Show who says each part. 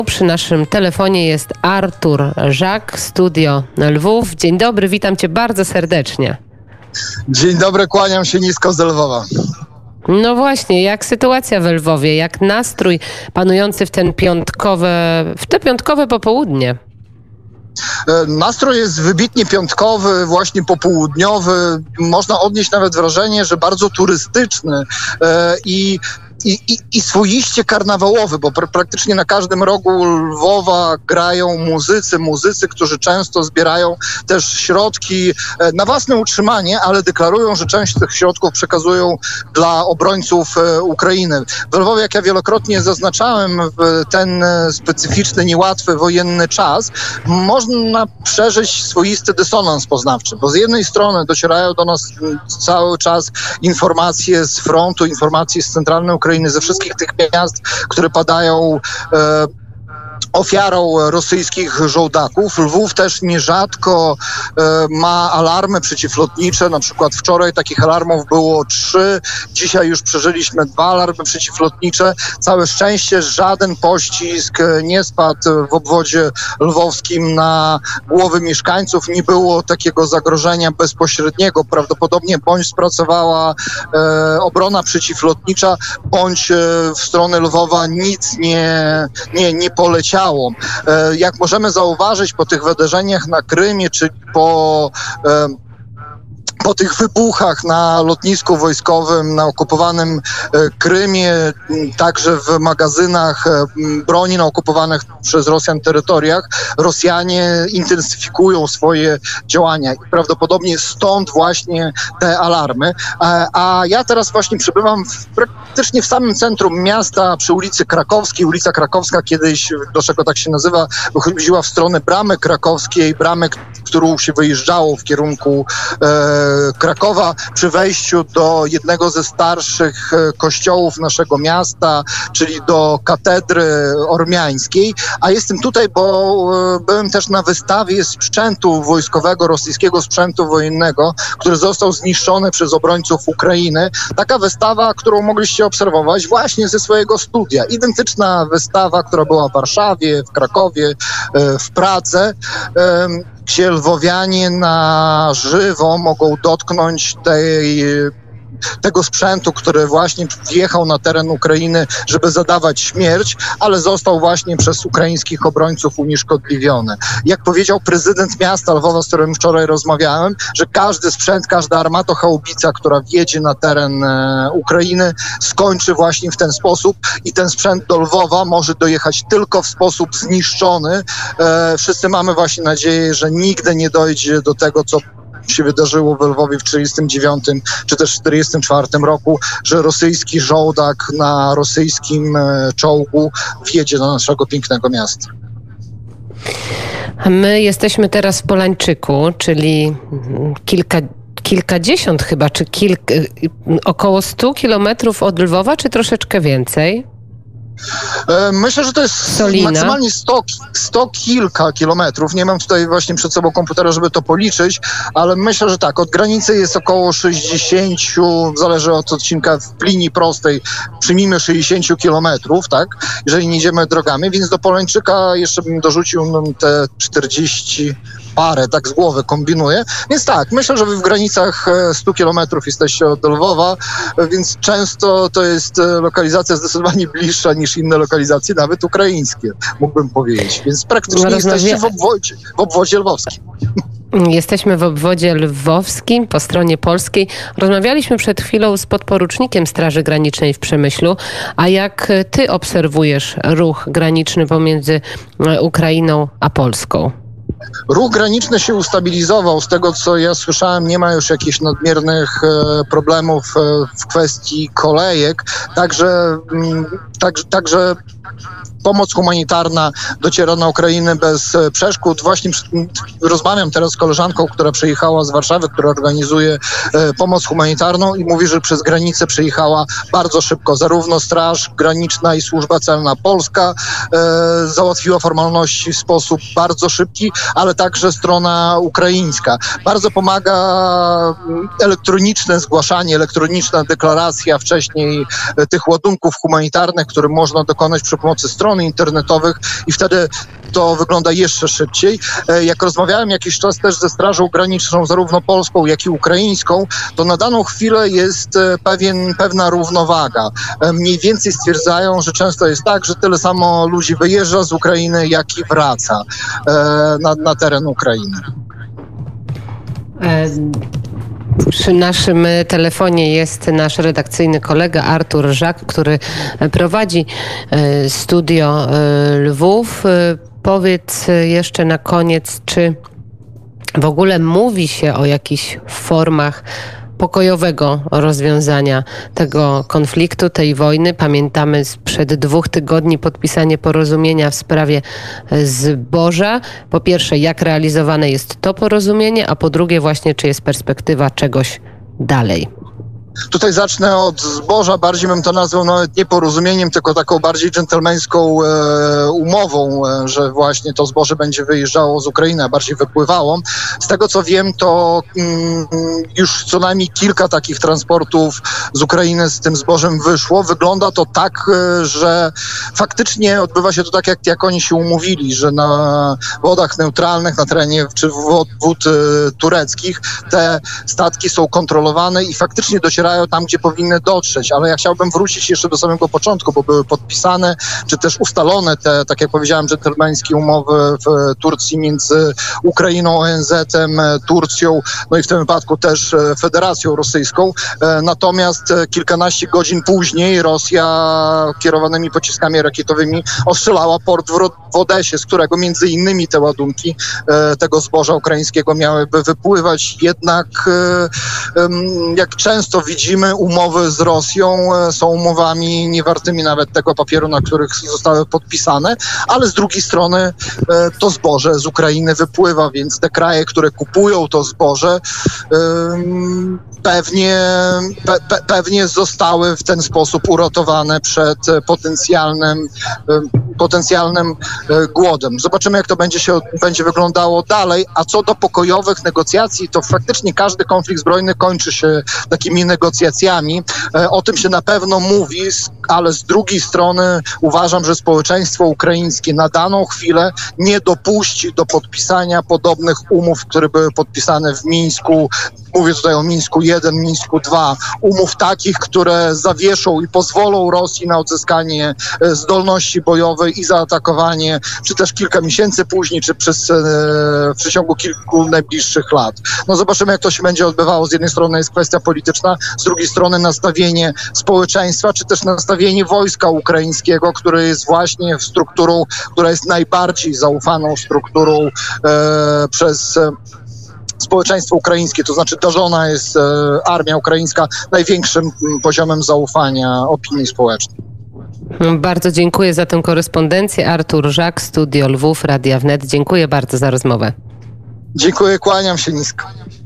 Speaker 1: Przy naszym telefonie jest Artur Żak, Studio Lwów. Dzień dobry, witam Cię bardzo serdecznie.
Speaker 2: Dzień dobry, kłaniam się nisko z Lwowa.
Speaker 1: No właśnie, jak sytuacja w Lwowie, jak nastrój panujący w te piątkowe popołudnie?
Speaker 2: Nastrój jest wybitnie piątkowy, właśnie popołudniowy. Można odnieść nawet wrażenie, że bardzo turystyczny i swoiście karnawałowy, bo praktycznie na każdym rogu Lwowa grają muzycy, którzy często zbierają też środki na własne utrzymanie, ale deklarują, że część tych środków przekazują dla obrońców Ukrainy. W Lwowie, jak ja wielokrotnie zaznaczałem, w ten specyficzny, niełatwy wojenny czas można przeżyć swoisty dysonans poznawczy, bo z jednej strony docierają do nas cały czas informacje z frontu, informacje z centralnej Ukrainy, ze wszystkich tych miast, które padają ofiarą rosyjskich żołdaków. Lwów też nierzadko ma alarmy przeciwlotnicze. Na przykład wczoraj takich alarmów było 3, dzisiaj już przeżyliśmy 2 alarmy przeciwlotnicze. Całe szczęście żaden pościsk nie spadł w obwodzie lwowskim na głowy mieszkańców. Nie było takiego zagrożenia bezpośredniego. Prawdopodobnie bądź spracowała obrona przeciwlotnicza, bądź w stronę Lwowa nic nie poleciało. Jak możemy zauważyć po tych wydarzeniach na Krymie, czy po tych wybuchach na lotnisku wojskowym na okupowanym Krymie, także w magazynach broni na okupowanych przez Rosjan terytoriach, Rosjanie intensyfikują swoje działania i prawdopodobnie stąd właśnie te alarmy. A ja teraz właśnie przebywam praktycznie w samym centrum miasta, przy ulicy Krakowskiej. Ulica Krakowska kiedyś, dlaczego tak się nazywa, wychodziła w stronę Bramy Krakowskiej, bramy, którą się wyjeżdżało w kierunku Krakowa, przy wejściu do jednego ze starszych kościołów naszego miasta, czyli do katedry ormiańskiej. A jestem tutaj, bo byłem też na wystawie sprzętu wojskowego, rosyjskiego sprzętu wojennego, który został zniszczony przez obrońców Ukrainy. Taka wystawa, którą mogliście obserwować właśnie ze swojego studia. Identyczna wystawa, która była w Warszawie, w Krakowie, w Pradze, gdzie lwowianie na żywo mogą dotknąć tego sprzętu, który właśnie wjechał na teren Ukrainy, żeby zadawać śmierć, ale został właśnie przez ukraińskich obrońców unieszkodliwiony. Jak powiedział prezydent miasta Lwowa, z którym wczoraj rozmawiałem, że każdy sprzęt, każda armatochaubica, która wjedzie na teren Ukrainy, skończy właśnie w ten sposób i ten sprzęt do Lwowa może dojechać tylko w sposób zniszczony. Wszyscy mamy właśnie nadzieję, że nigdy nie dojdzie do tego, co się wydarzyło w Lwowie w 1939 czy też 1944 roku, że rosyjski żołdak na rosyjskim czołgu wjedzie do naszego pięknego miasta.
Speaker 1: My jesteśmy teraz w Polańczyku, czyli kilkadziesiąt chyba, czy około 100 kilometrów od Lwowa, czy troszeczkę więcej?
Speaker 2: Myślę, że to jest
Speaker 1: Solina.
Speaker 2: Maksymalnie 100 kilka kilometrów. Nie mam tutaj właśnie przed sobą komputera, żeby to policzyć, ale myślę, że tak, od granicy jest około 60, zależy od odcinka w linii prostej, przyjmijmy 60 kilometrów, tak, jeżeli nie idziemy drogami, więc do Polańczyka jeszcze bym dorzucił te 40 parę, tak z głowy kombinuję. Więc tak, myślę, że wy w granicach 100 kilometrów jesteście od Lwowa, więc często to jest lokalizacja zdecydowanie bliższa niż inne lokalizacje, nawet ukraińskie, mógłbym powiedzieć. Więc praktycznie jesteście w obwodzie lwowskim.
Speaker 1: Jesteśmy w obwodzie lwowskim po stronie polskiej. Rozmawialiśmy przed chwilą z podporucznikiem Straży Granicznej w Przemyślu. A jak ty obserwujesz ruch graniczny pomiędzy Ukrainą a Polską?
Speaker 2: Ruch graniczny się ustabilizował. Z tego, co ja słyszałem, nie ma już jakichś nadmiernych problemów w kwestii kolejek. Także pomoc humanitarna dociera na Ukrainę bez przeszkód. Właśnie rozmawiam teraz z koleżanką, która przyjechała z Warszawy, która organizuje pomoc humanitarną i mówi, że przez granicę przyjechała bardzo szybko. Zarówno Straż Graniczna i Służba Celna Polska załatwiła formalności w sposób bardzo szybki, ale także strona ukraińska. Bardzo pomaga elektroniczne zgłaszanie, elektroniczna deklaracja wcześniej tych ładunków humanitarnych, które można dokonać przy pomocy stron stron internetowych i wtedy to wygląda jeszcze szybciej. Jak rozmawiałem jakiś czas też ze Strażą Graniczną, zarówno polską, jak i ukraińską, to na daną chwilę jest pewna równowaga. Mniej więcej stwierdzają, że często jest tak, że tyle samo ludzi wyjeżdża z Ukrainy, jak i wraca na teren Ukrainy.
Speaker 1: Przy naszym telefonie jest nasz redakcyjny kolega Artur Żak, który prowadzi studio Lwów. Powiedz jeszcze na koniec, czy w ogóle mówi się o jakichś formach pokojowego rozwiązania tego konfliktu, tej wojny. Pamiętamy sprzed 2 tygodni podpisanie porozumienia w sprawie zboża. Po pierwsze, jak realizowane jest to porozumienie, a po drugie właśnie, czy jest perspektywa czegoś dalej.
Speaker 2: Tutaj zacznę od zboża, bardziej bym to nazwał nawet nie porozumieniem, tylko taką bardziej dżentelmeńską umową, że właśnie to zboże będzie wyjeżdżało z Ukrainy, a bardziej wypływało. Z tego co wiem, to już co najmniej kilka takich transportów z Ukrainy z tym zbożem wyszło. Wygląda to tak, że faktycznie odbywa się to tak, jak oni się umówili, że na wodach neutralnych, na terenie czy wód tureckich te statki są kontrolowane i faktycznie docierają tam, gdzie powinny dotrzeć, ale ja chciałbym wrócić jeszcze do samego początku, bo były podpisane, czy też ustalone te, tak jak powiedziałem, dżentelmeńskie umowy w Turcji między Ukrainą, ONZ-em, Turcją, no i w tym wypadku też Federacją Rosyjską. Natomiast kilkanaście godzin później Rosja kierowanymi pociskami rakietowymi ostrzelała port w Odesie, z którego między innymi te ładunki tego zboża ukraińskiego miałyby wypływać. Jednak jak często widzimy, umowy z Rosją są umowami niewartymi nawet tego papieru, na których zostały podpisane, ale z drugiej strony to zboże z Ukrainy wypływa, więc te kraje, które kupują to zboże, pewnie zostały w ten sposób uratowane przed potencjalnym głodem. Zobaczymy, jak to będzie wyglądało dalej, a co do pokojowych negocjacji, to faktycznie każdy konflikt zbrojny kończy się takimi negocjacjami. O tym się na pewno mówi, ale z drugiej strony uważam, że społeczeństwo ukraińskie na daną chwilę nie dopuści do podpisania podobnych umów, które były podpisane w Mińsku. Mówię tutaj o Mińsku 1, Mińsku 2. Umów takich, które zawieszą i pozwolą Rosji na odzyskanie zdolności bojowej i zaatakowanie, czy też kilka miesięcy później, czy w przeciągu kilku najbliższych lat. No zobaczymy, jak to się będzie odbywało. Z jednej strony jest kwestia polityczna, z drugiej strony nastawienie społeczeństwa, czy też nastawienie wojska ukraińskiego, które jest właśnie strukturą, która jest najbardziej zaufaną strukturą przez społeczeństwo ukraińskie, to znaczy darzona jest armia ukraińska największym poziomem zaufania opinii społecznej.
Speaker 1: Bardzo dziękuję za tę korespondencję. Artur Żak, Studio Lwów, Radia Wnet. Dziękuję bardzo za rozmowę.
Speaker 2: Dziękuję, kłaniam się nisko.